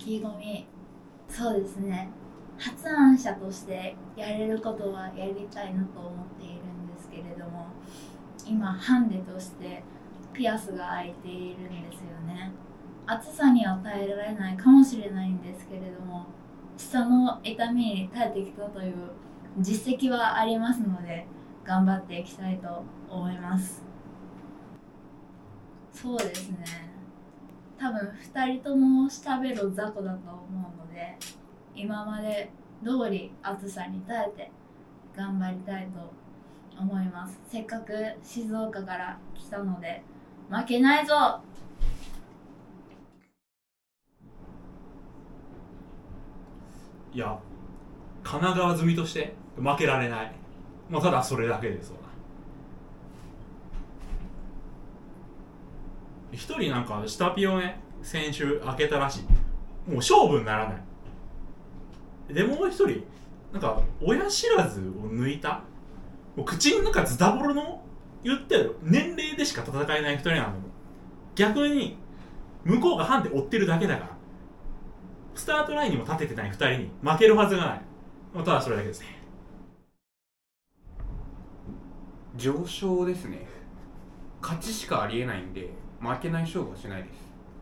意気込み、そうですね、発案者としてやれることはやりたいなと思っているんですけれども、今ハンデとしてピアスが開いているんですよね。暑さには耐えられないかもしれないんですけれども、下の痛みに耐えてきたという実績はありますので、頑張っていきたいと思います。そうですね、多分2人とも下ベロ雑魚だと思うので、今まで通り暑さに耐えて頑張りたいと思います。せっかく静岡から来たので負けないぞ。 いや、神奈川済みとして負けられない、ただそれだけですわ。一人なんか下ピをね、先週開けたらしい。もう勝負にならない。でもう一人なんか親知らずを抜いた、もう口の中ズタボロの、言ってる年齢でしか戦えない二人なんだもん。逆に向こうがハンデ追ってるだけだから、スタートラインにも立ててない二人に負けるはずがない。ただそれだけですね。 上昇ですね。勝ちしかありえないんで負けない勝負はしないです。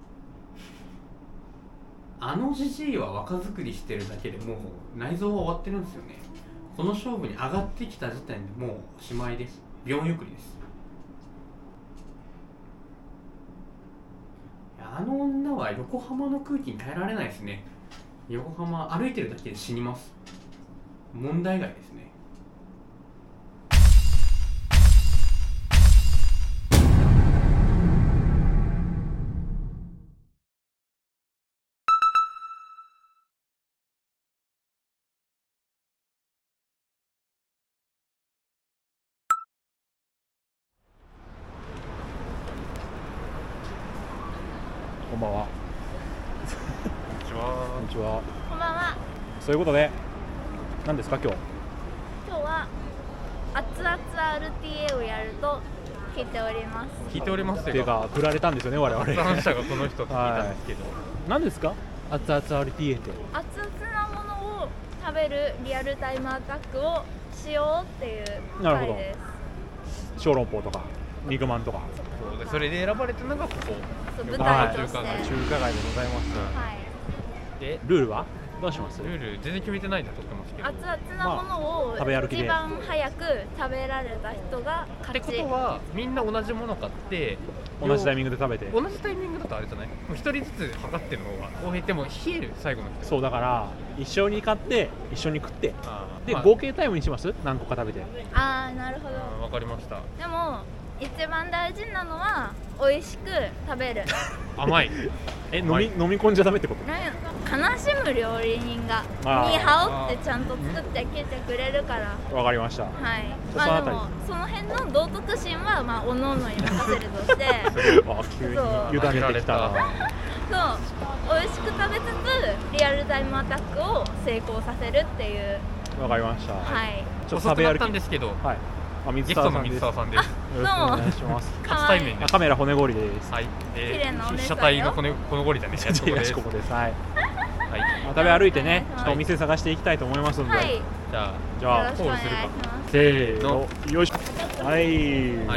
あのじじいは若作りしてるだけでもう内臓は終わってるんですよね。この勝負に上がってきた時点でもうおしまいです。秒ゆっくりです。あの女は横浜の空気に耐えられないですね。横浜歩いてるだけで死にます。問題外ですね。 こんばんは。 こんにちは。 こんにちは。 こんばんは。 そういうことで、何ですか今日は熱々 RTA をやると聞いております。 聞いておりますっていうか振られたんですよね、我々。 発案者がこの人って聞いたんですけど、 何ですか熱々 RTA って。 熱々なものを食べるリアルタイムアタックをしようっていう回です。 小籠包とか肉まんとか。 そうで、それで選ばれたのがここ。 舞台として、 中華街でございます。 はい、 でルールはどうします？ ルール全然決めてないんだと思ってますけど、 熱々なものを食べ歩きで一番早く食べられた人が勝ち。 ってことはみんな同じもの買って同じタイミングで食べて。 同じタイミングだとあれじゃない？もう一人ずつ測ってるのは公平でも冷える最後の人。 そうだから一緒に買って一緒に食ってで、合計タイムにします？何個か食べて。 ああ、なるほど。 わかりました。 でも一番大事なのは美味しく食べる。 甘い。 飲み込んじゃダメってこと？ 悲しむ料理人がニーハオってちゃんと作ってきてくれるから。 わかりました。 はい。でもその辺の道徳心は各々に任せるとして。 急に委ねてきた。 そう、美味しく食べつつリアルタイムアタックを成功させるっていう。 わかりました。 はい。 ちょっと食べ歩きなんですけど。はい。 ゲストの水沢さんです。 よろしくお願いします。 初対面です。 カメラ骨ごりです。 はい。綺麗なお姉さんよ。 被写体の骨ごりだね。 ここです。はい。食べ歩いてね、ちょっとお店探していきたいと思いますので。 じゃあコールするか。 せーの、よいしょ。はい。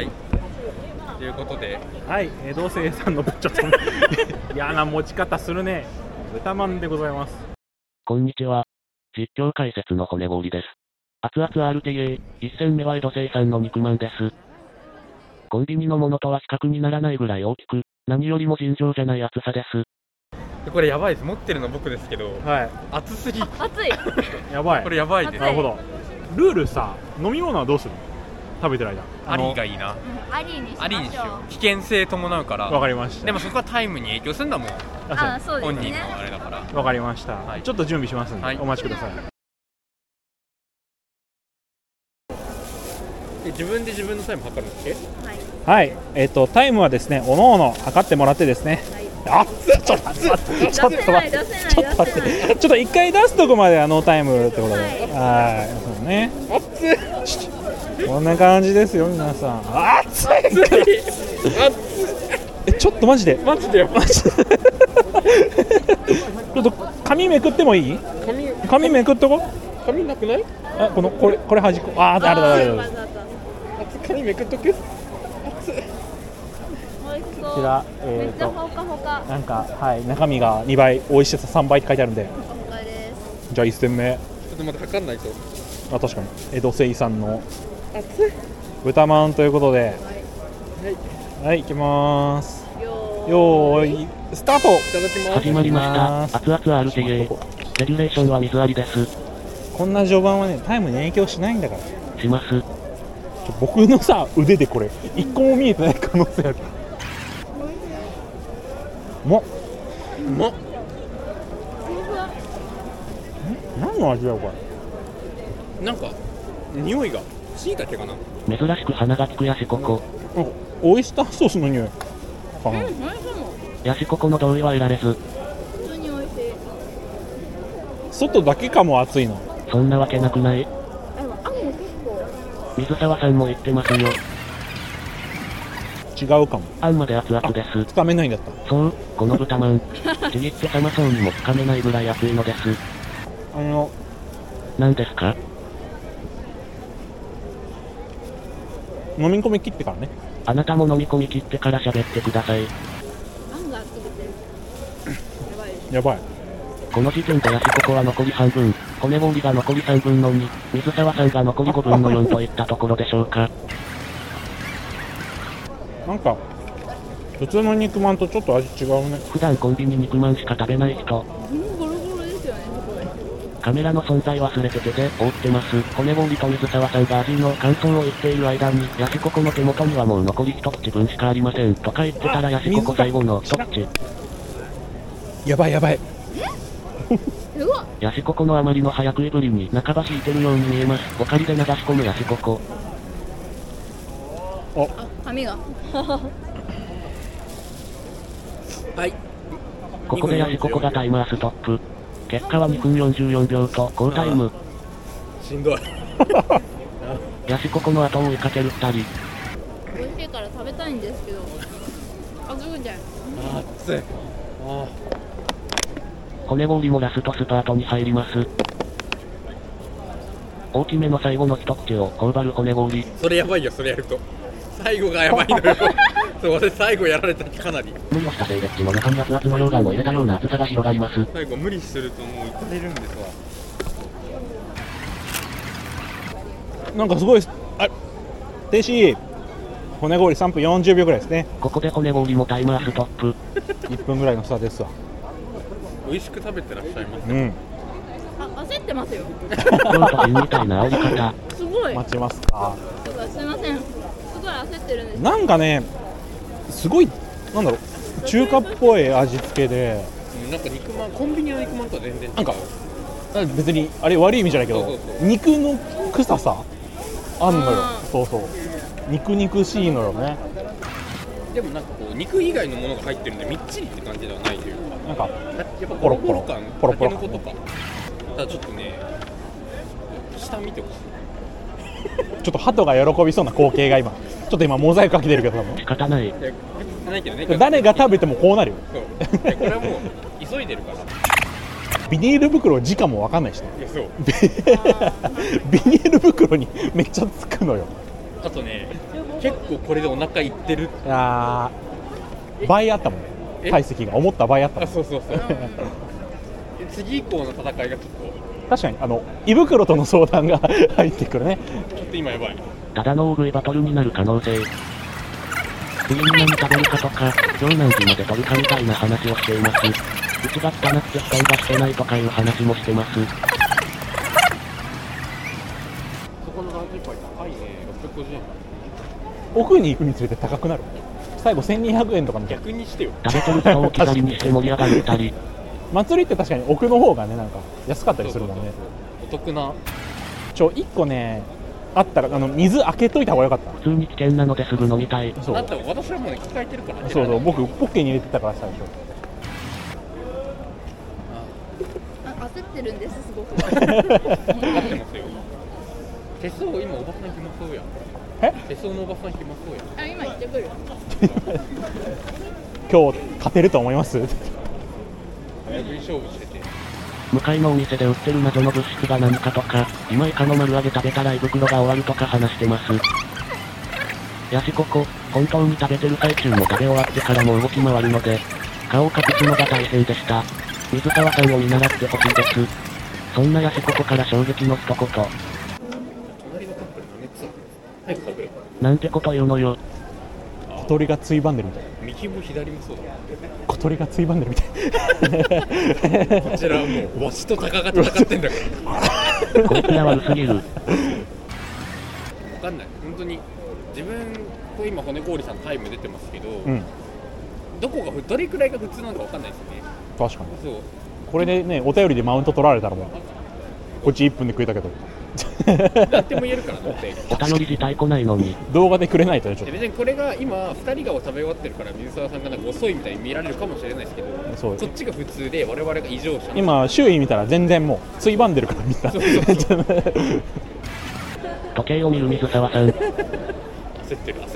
ということで、 はい、同性さんのちょっと嫌な持ち方するね。豚まんでございます。 こんにちは。実況解説の骨氷です。熱々 RTA、1戦目は江戸清産の肉まんです。コンビニのものとは比較にならないぐらい大きく、何よりも尋常じゃない厚さです。 これやばいです。持ってるの僕ですけど、 はい、 熱すぎ。 熱い。 やばい。 これやばいです。 なるほど。ルールさ、飲み物はどうするの？食べてる間。 アリがいいな。 アリにしましょう。 危険性伴うから。 わかりました。 でもそこはタイムに影響するのはもう本人のあれだから。 わかりました。ちょっと準備しますんで、お待ちください。 自分で自分のタイム測るんですっけ？はい。タイムはですね、おのおの測ってもらってですね。あっ、ちょっと待って。ちょっと一回出すとこまではノータイムってことで。はい。そうね。こんな感じですよ皆さん。熱い。ちょっとマジで。 ちょっと紙めくってもいい？紙めくっとこ。 紙なくない？ あ、これ端っこ。ある。 紙めくっとく？ こちらめっちゃほかほか。 なんかはい中身が2倍、美味しさ3倍って書いてあるんで。 了解です。 じゃあ1戦目。 ちょっとまた測んないと。 あ、確かに江戸清産の豚まんということで、はい、行きまーす。よーいスタート。 いただきます。 始まりました。熱々 RTA。レギュレーションは水ありです。 こんな序盤はねタイムに影響しないんだから。 します。 僕のさ腕でこれ一個も見えてない可能性ある。も何の味だよこれ。 なんか匂いが椎茸かな。 珍しく鼻が利くヤシココ。 なんかオイスターソースの匂いかな。 ヤシココの同意は得られず。 普通に美味しい。 外だけかも熱いの。 そんなわけなくない？ でもあんも結構水沢さんも言ってますよ。 違うかも。 あんまで熱々です。 つかめないんだった。 そう、この豚まん。ちぎって冷そうにもつかめないぐらい熱いのです。何ですか？ 飲み込み切ってからね。 あなたも飲み込み切ってから喋ってください。 あんが熱くてやばいです。 やばい。 この時点でヤシココは残り半分、骨氷が残り3分の2、水沢さんが残り5分の4といったところでしょうか。 なんか普通の肉まんとちょっと味違うね。 普段コンビニ肉まんしか食べない人。 ゴロゴロですよね、すごい。 カメラの存在忘れて手で覆ってます。骨氷と水沢さんが味の感想を言っている間に、ヤシココの手元にはもう残り一口分しかありません。とか言ってたらヤシココ最後の一口。 やばい。 すごい。 ヤシココのあまりの早食いぶりに半ば引いてるように見えます。おかりで流し込むヤシココ。 あ、髪が。 はい。 ここでヤシココがタイマーストップ。結果は2分44秒と好タイム。 しんどい。 ヤシココの後を追いかける2人。 美味しいから食べたいんですけど。あ、すぐじゃん。 熱い。 骨氷もラストスパートに入ります。大きめの最後の一口を頬張る骨氷。 それやばいよ、それやると。最後がやばいのよ。そう、私最後やられたかなり。 無理をしたせいで口の中に熱々の溶岩を入れたような熱さが広がります。 最後無理するともういかれるんですわ。 なんかすごい停止。骨氷3分40秒ぐらいですね。 ここで骨氷もタイマーストップ。 1分ぐらいの差ですわ。 美味しく食べてらっしゃいます。 あ、焦ってますよ。 京都人みたいな煽り方。 すごい。 待ちますか。 そうだ、すいません。すごい焦ってるんです。 なんかねすごいなんだろう中華っぽい味付けで、 なんか肉まん、コンビニの肉まんとは全然違う。 なんか別にあれ悪い意味じゃないけど、 そう肉の臭さあんのよ。 あそう肉しいのよね。 でもなんかこう肉以外のものが入ってるんでみっちりって感じではないというか、 なんかやっぱゴロゴロ感、 ポロポロタケノコとか。ただちょっとね、下見てほしい。 ちょっと鳩が喜びそうな光景が今ちょっと今モザイクかけてるけど多仕方ない。 いやないけどね。 分誰が食べてもこうなるよ。 そう。いやこれはもう急いでるから。 ビニール袋直も分かんないしね。 いやそう。 ビニール袋にめっちゃつくのよ。 あとね、結構これでお腹いってる。 いやー倍あったもんえ体積が思った倍あったもあ、 ん。 そうそうそう。次以降の戦いがちょっ確かに胃袋との相談が入ってくるね。 とちょっと今やばい。 ただの大食いバトルになる可能性。次に何食べるかとか、今日何時まで取るかみたいな話をしています。うちが汚くて布団がしてないとかいう話もしてます。 そこのランチパイ高いね。650円。 奥に行くにつれて高くなる。最後1200円とかみたいな。 逆にしてよ。 食べてる人を置き去りにして盛り上がる2人。 祭りって確かに奥の方がねなんか安かったりするもんね。 お得な。 1個ねあったら水開けといた方がよかった。 普通に危険なのですぐ飲みたい。 そうだって私はもうね、聞かれてるから。 そう僕ポッケに入れてたから最初。 あ、焦ってるんです、すごく。 分かってますよ。手相今おばさん暇そうや。 え手相のおばさん暇そうや。 あ、今行ってくる。 今日勝てると思います？ 破り勝負してて、 向かいのお店で売ってる謎の物質が何かとか、今イカの丸揚げ食べたら胃袋が終わるとか話してます。ヤシココ、本当に食べてる最中も食べ終わってからも動き回るので、顔を隠すのが大変でした。水沢さんを見習ってほしいです。そんなヤシココから衝撃の一言。 隣のカップルの熱を早く食べる。 なんてこと言うのよ。 小鳥がついばんでるみたい。 右も左もそうだ。 小鳥がついばんでるみたい。 こちらはもうわしとタカが戦ってんだから。 こいつら悪すぎる。 わかんない。本当に自分と今骨氷さんタイム出てますけど、 うん。 どれくらいが普通なのかわかんないですね。 確かに。 そう。 これでね、お便りでマウント取られたらもう、こっち1分で食えたけど。 なんても言えるからね。 お便り自体来ないのに。 動画でくれないとね、ちょっ別にこれが今2人が食べ終わってるから水沢さんがなんか遅いみたいに見られるかもしれないですけど、 そうそっちが普通で我々が異常者。 と。今、周囲見たら全然もう、ついばんでるからみんな。 そうそうそう時計を見る水沢さん。 焦ってる。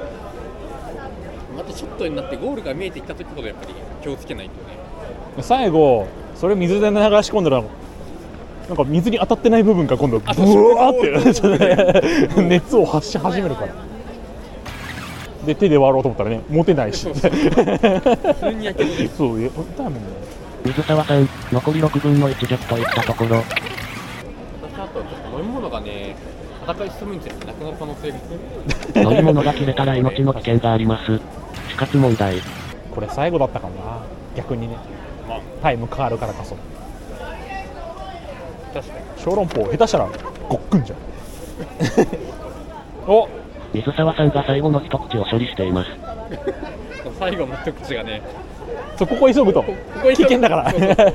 またちょっとになってゴールが見えてきた時ほどやっぱり気をつけないとね。 最後、それ水で流し込んだら、なんか水に当たってない部分が今度ブワーって熱を発し始めるから。で手で割ろうと思ったらね、持てないし。 普通にやけどです。 そう、痛いもんね。 水沢さん、残り6分の1ジェットいったところ。 私あとちょっと飲み物がね、戦い進むんじゃなくなる可能性が。 飲み物が切れたら命の危険があります。死活問題。 これ最後だったかな、逆にね。 まあタイム変わるからこそ。 確かに。 小籠包下手したらごっくんじゃん。お、 水沢さんが最後の一口を処理しています。 最後の一口がね、 ここ急ぐと危険だから。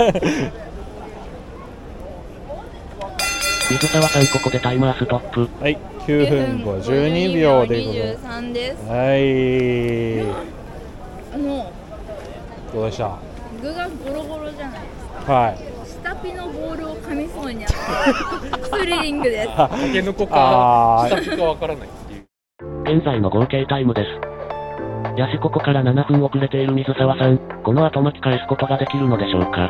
水沢さん、ここでタイマーストップ。 はい、9分52秒でございます。 23です。 はい、どうでした？ 具がゴロゴロじゃないですか。 はい。 下ピのボールを噛みそうになってスリリングです。 タケノコか下ピかわからないっていう。 現在の合計タイムです。ヤシココから7分遅れている水沢さん、この後巻き返すことができるのでしょうか。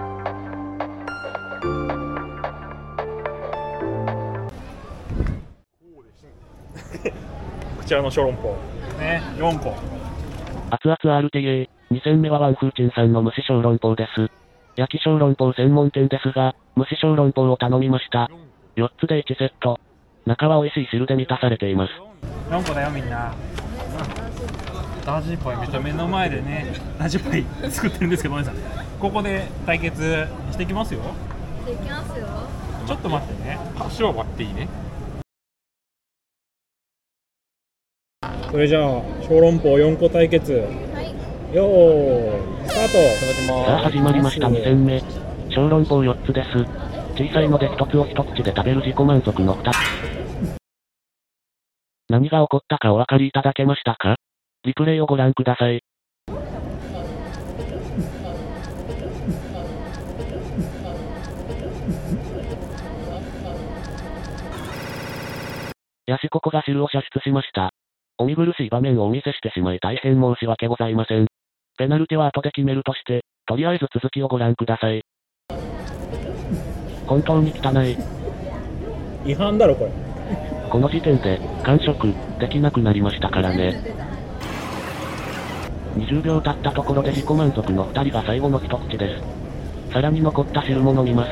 こちらの小籠包ね、4個。 熱々 RTA、2戦目はワンフーチンさんの蒸し小籠包です。焼き小籠包専門店ですが、蒸し小籠包を頼みました。4つで1セット。中は美味しい汁で満たされています。 4個だよみんな。ダージーパイめっちゃ目の前でね、ダージーパイ作ってるんですけど、ごめんなさい。ここで対決していきますよ。 できますよ。 ちょっと待ってね。 箸は割っていいね。 それじゃあ小籠包4個対決。 はい。 よーいスタート。いただきます。 さあ始まりました2戦目。小籠包4つです。小さいので1つを一口で食べる自己満足の2つ。何が起こったかお分かりいただけましたか？リプレイをご覧ください。ヤシココが汁を射出しました。お見苦しい場面をお見せしてしまい大変申し訳ございません。ペナルティは後で決めるとして、とりあえず続きをご覧ください。本当に汚い。 違反だろこれ。 この時点で完食できなくなりましたからね。20秒経ったところで自己満足の2人が最後の一口です。さらに残った汁も飲みます。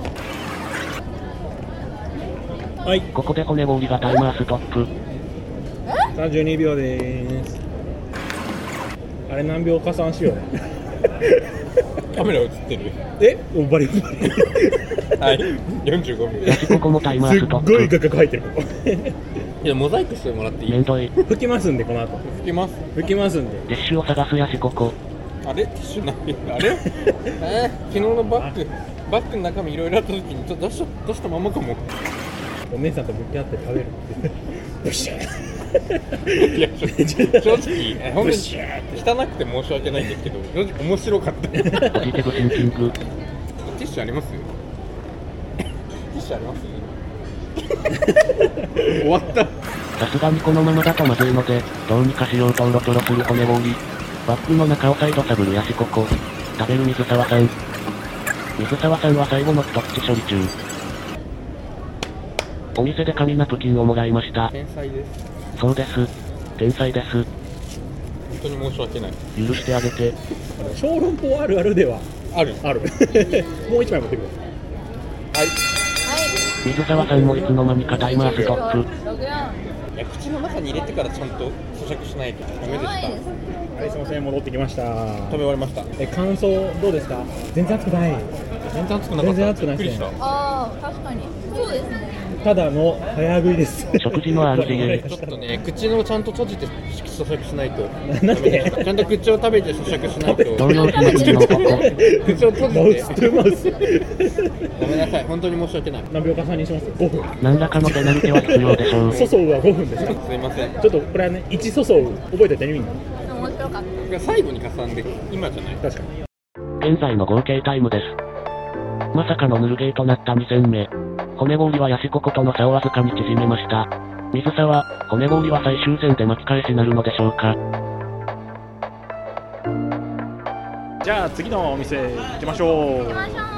はい、 ここで骨氷がタイマーストップ。 32秒でーす。あれ何秒加算しよう。 カメラ映ってる。 おバリバリ。 はい、45秒。 ヤシココもタイマーストップ。 すっごい画角入ってるここ。 いや、モザイクしてもらっていい？ めんどい。 拭きますんでこの後。 拭きます。 拭きますんで。 ティッシュを探すヤシココ。 あれティッシュないあれ昨日のバッグの中身いろいろあった時にちょっと出したままかも。 お姉さんと向き合って食べるって。ブッシュいや正直ほんとに汚くて申し訳ないんですけど正直面白かった。 ポジティブシンキング。 ティッシュあります？ティッシュあります？終わった。 さすがにこのままだとまずいので、どうにかしようとうろちょろする骨氷。バッグの中を再度探るヤシココ。食べる水沢さん。 水沢さんは最後の一口処理中。お店で紙ナプキンをもらいました。 天才です。 そうです。天才です。 本当に申し訳ない。 許してあげて。 小籠包あるあるではある。 ある。もう一枚持ってくる。 水沢さんもいつの間にかタイマーストップ。 いや、口の中に入れてからちゃんと咀嚼しないとダメでした。 はい、すいません、戻ってきました。 食べ終わりました。 感想どうですか？全然熱くない。 全然熱くなかった。 全然熱くないですね。 ああ、確かに。そうですね。 ただの早食いです。 食事の RTA。 ちょっとね、口をちゃんと閉じて咀嚼しないと。 なんで？ ちゃんと口を食べて咀嚼しないと。 動揺しますのここ。 口を閉じマウスて。 マウス。 ごめんなさい、本当に申し訳ない。 何秒か差にします？5分。 何らかのペナルティは必要でしょう。 粗相は5分です。 すいません。 ちょっとこれはね、1粗相覚えておいてね、みんな。 面白かった。 最後に挟んで、今じゃない。 確かに。 現在の合計タイムです。まさかのヌルゲーとなった2戦目。骨氷はヤシココとの差をわずかに縮めました。水沢、骨氷は最終戦で巻き返しなるのでしょうか。 じゃあ次のお店行きましょう。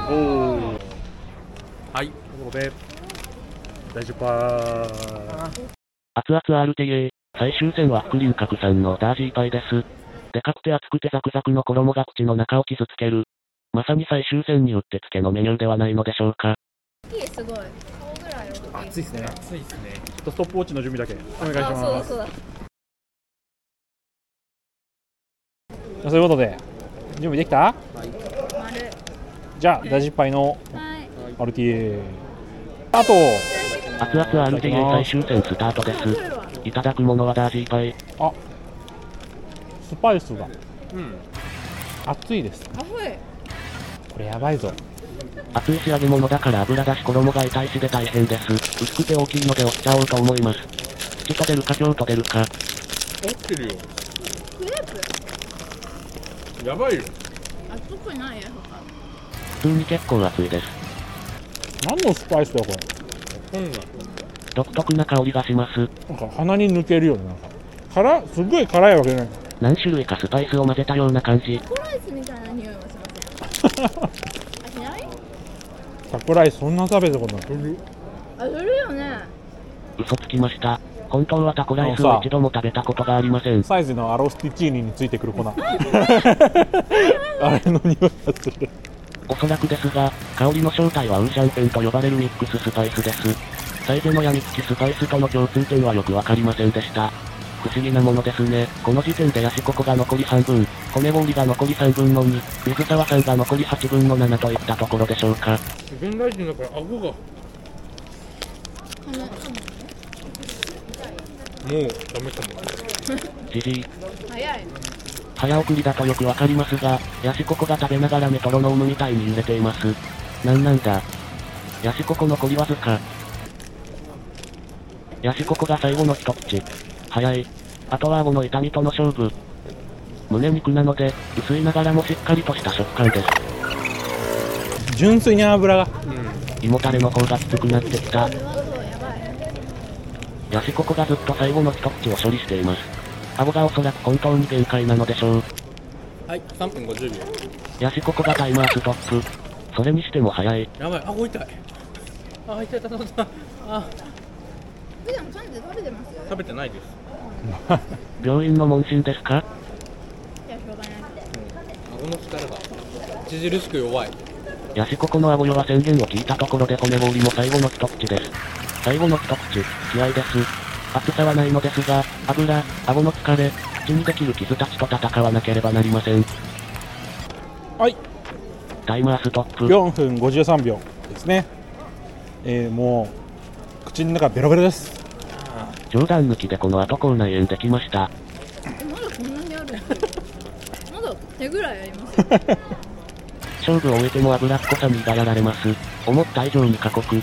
はい。 ということで、大丈夫パー。 熱々 RTA、最終戦は福林閣さんのダージーパイです。でかくて厚くてザクザクの衣が口の中を傷つける。まさに最終戦にうってつけのメニューではないのでしょうか。 すごい。 暑いですね。 暑いですね。 ちょっとストップウォッチの準備だけお願いします。 そうだ。 そういうことで準備できた？ 丸。 じゃあダジパイのはい。 RTA スタート。 熱々 RTA 最終戦スタートです。いただくものはダージーパイ。 あ、スパイスがうん。 熱いです。 あふい。 これやばいぞ。 熱い仕上げ物だから油だし衣が痛いしで大変です。薄くて大きいので押しちゃおうと思います。吉と出るか京と出るか。 合ってるよ。 クレープ。 やばいよ。 熱くないよ。 普通に結構熱いです。 何のスパイスだこれ？ 独特な香りがします。 なんか鼻に抜けるよね。なんかすっごい辛いわけじゃない。 何種類かスパイスを混ぜたような感じ。 タコライスみたいな匂いがします。あ、しない？ タコライスそんな食べたことない。 あ、するよね。 嘘つきました。本当はタコライスを一度も食べたことがありません。 サイズのアロスティチーニについてくる粉。あれの匂いがする。 おそらくですが、香りの正体はウーシャンペンと呼ばれるミックススパイスです。サイゼのやみつきスパイスとの共通点はよくわかりませんでした。不思議なものですね。この時点でヤシココが残り半分、骨氷が残り3分の2、水沢さんが残り8分の7といったところでしょうか。 自分ライジンだから顎が。もうダメかも。 じじい。 早い。 早送りだとよくわかりますが、ヤシココが食べながらメトロノームみたいに揺れています。なんだ。ヤシココ残りわずか。ヤシココが最後の一口。早い。あとは顎の痛みとの勝負。胸肉なので、薄いながらもしっかりとした食感です。 純粋に油が。 胃もたれの方がきつくなってきた。ヤシココがずっと最後の一口を処理しています。顎がおそらく本当に限界なのでしょう。 はい、3分50秒。 ヤシココがタイマーストップ。それにしても早い。 やばい、顎痛い。あ、痛い。あ、 普段噛んで食べてます？ 食べてないです。 病院の問診ですか？ いや、しょうがないって。 顎の力が著しく弱い。 ヤシココの顎弱宣言を聞いたところで骨氷も最後の一口です。最後の一口、気合です。熱さはないのですが、油、顎の疲れ、口にできる傷たちと戦わなければなりません。 はい。 タイマーストップ。 4分53秒ですね。もう口の中ベロベロです。 冗談抜きでこの後口内炎できました。 まだこんなにあるんですよ。まだ手ぐらいありますよ。 勝負を終えても脂っこさにがやられます。思った以上に過酷。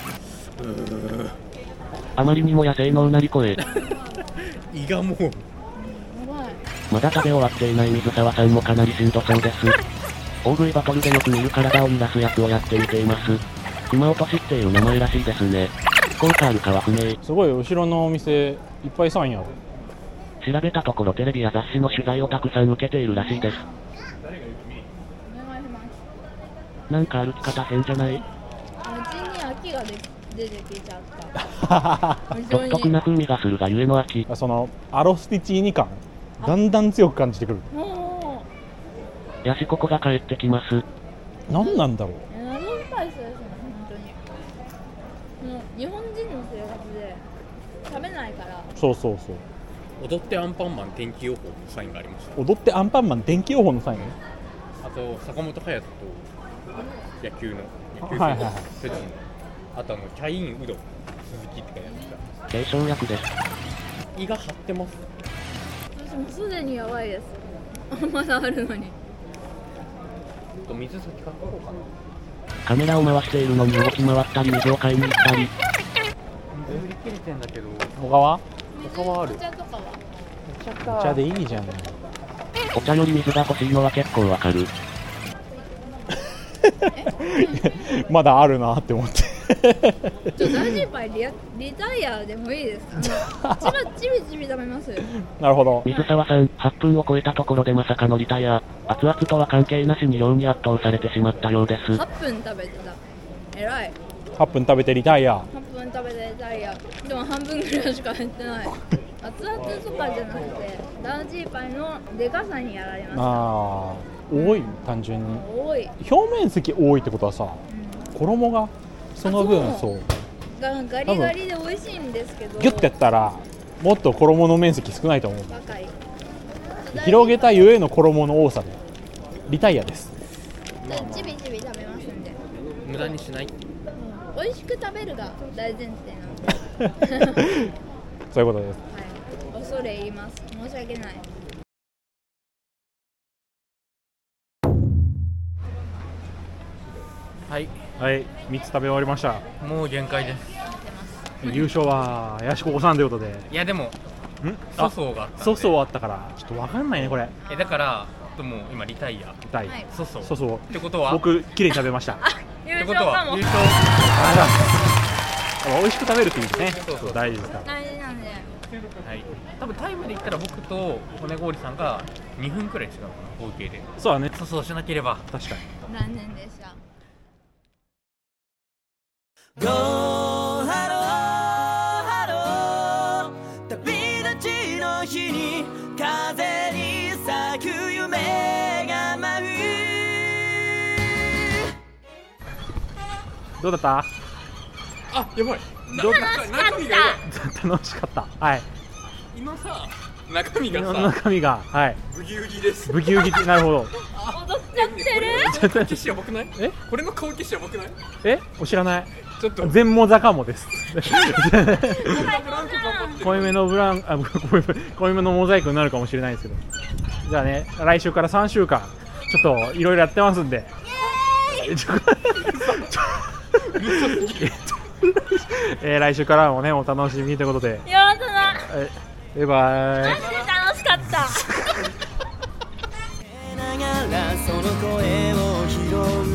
あまりにも野生のうなり声。 胃がもう。 まだ食べ終わっていない水沢さんもかなりしんどそうです。大食いバトルでよく見る体を揺らすやつをやってみています。熊落としっていう名前らしいですね。効果あるかは不明。 すごい後ろのお店いっぱいさんや。 調べたところテレビや雑誌の取材をたくさん受けているらしいです。 なんか歩き方変じゃない？ うちに飽きが出てきちゃった独特な風味がするがゆえの秋。 そのアロスティチーニ感だんだん強く感じてくる。 もヤシココが帰ってきます。 何なんだろう。 謎スパイスですね、本当に。もう日本人の生活で食べないから。 そうそうそう。 踊ってアンパンマン天気予報のサインがありました。 踊ってアンパンマン天気予報のサインね。 あと坂本勇人と野球のはいはいはいセットの、あとキャインうどん鈴木って書いてあ継承略です。 る。胃が張ってます。 私もすでにやばいです。まだあるのに。 水先買ってこうかな。 カメラを回しているのに動き回ったり水を買いに行ったり。 水売り切れてんだけど。 他は？ 他はある。 お茶とかは？ お茶でいいじゃん。 お茶より水が欲しいのは結構わかる。 まだあるなって思って。 大心配リタイアでもいいですか？ちびちび食べます。 なるほど。 水沢さん、8分を超えたところでまさかのリタイア。熱々とは関係なしに量に圧倒されてしまったようです。 8分食べてた。えらい。 8分食べてリタイア。 8分食べてリタイア。でも半分ぐらいしか減ってない。熱々とかじゃなくてダージーパイのでかさにやられました。 あー、多い、単純に。 多い。 表面積多いってことはさ、衣がその分そうガリガリで美味しいんですけど、 ギュッてやったらもっと衣の面積少ないと思う。 若い。 広げたゆえの衣の多さでリタイアです。 ちびちび食べますんで。 無駄にしない。 美味しく食べるが大前提なので。 そういうことです。 はい、恐れ入ります。申し訳ない。 はいはい3つ食べ終わりました。 もう限界です。 優勝はヤシココさんということで。 いやでもあ粗相があったんで。 粗相あったからちょっと分かんないねこれ。 だからもう今リタイア痛い、 はい粗相粗相ってことは僕綺麗に食べました。 優ってこと勝かも。 は優勝。 美味しく食べるっていいですね。 そうそう大事ですから。 大事なんで。 はい、多分タイムで言ったら僕と骨氷さんが2分くらい違うかな、合計で。 そうだね。 粗相しなければ。 確かに。 残念でした。 ゴーハローハロー、旅立ちの日に風に咲く夢が舞う。 どうだった？ あ、やばい。 どう中身がやばい。 楽しかった。はい。 胃のさ、中身がのさ、 中身がはいブギウギです。 ブギウギってなるほど。 踊っちゃってる。 顔消しやばくない？ え？ これの顔消しやばくない？ 知らない。 ちょっと全モザカモです。 濃濃いめのブラン濃いめのモザイクになるかもしれないですけど。じゃあね、来週から3週間ちょっといろいろやってますんで。来週からもねお楽しみということで。 やだな。 バイバイ。 マジで楽しかった。 ながらその声を拾う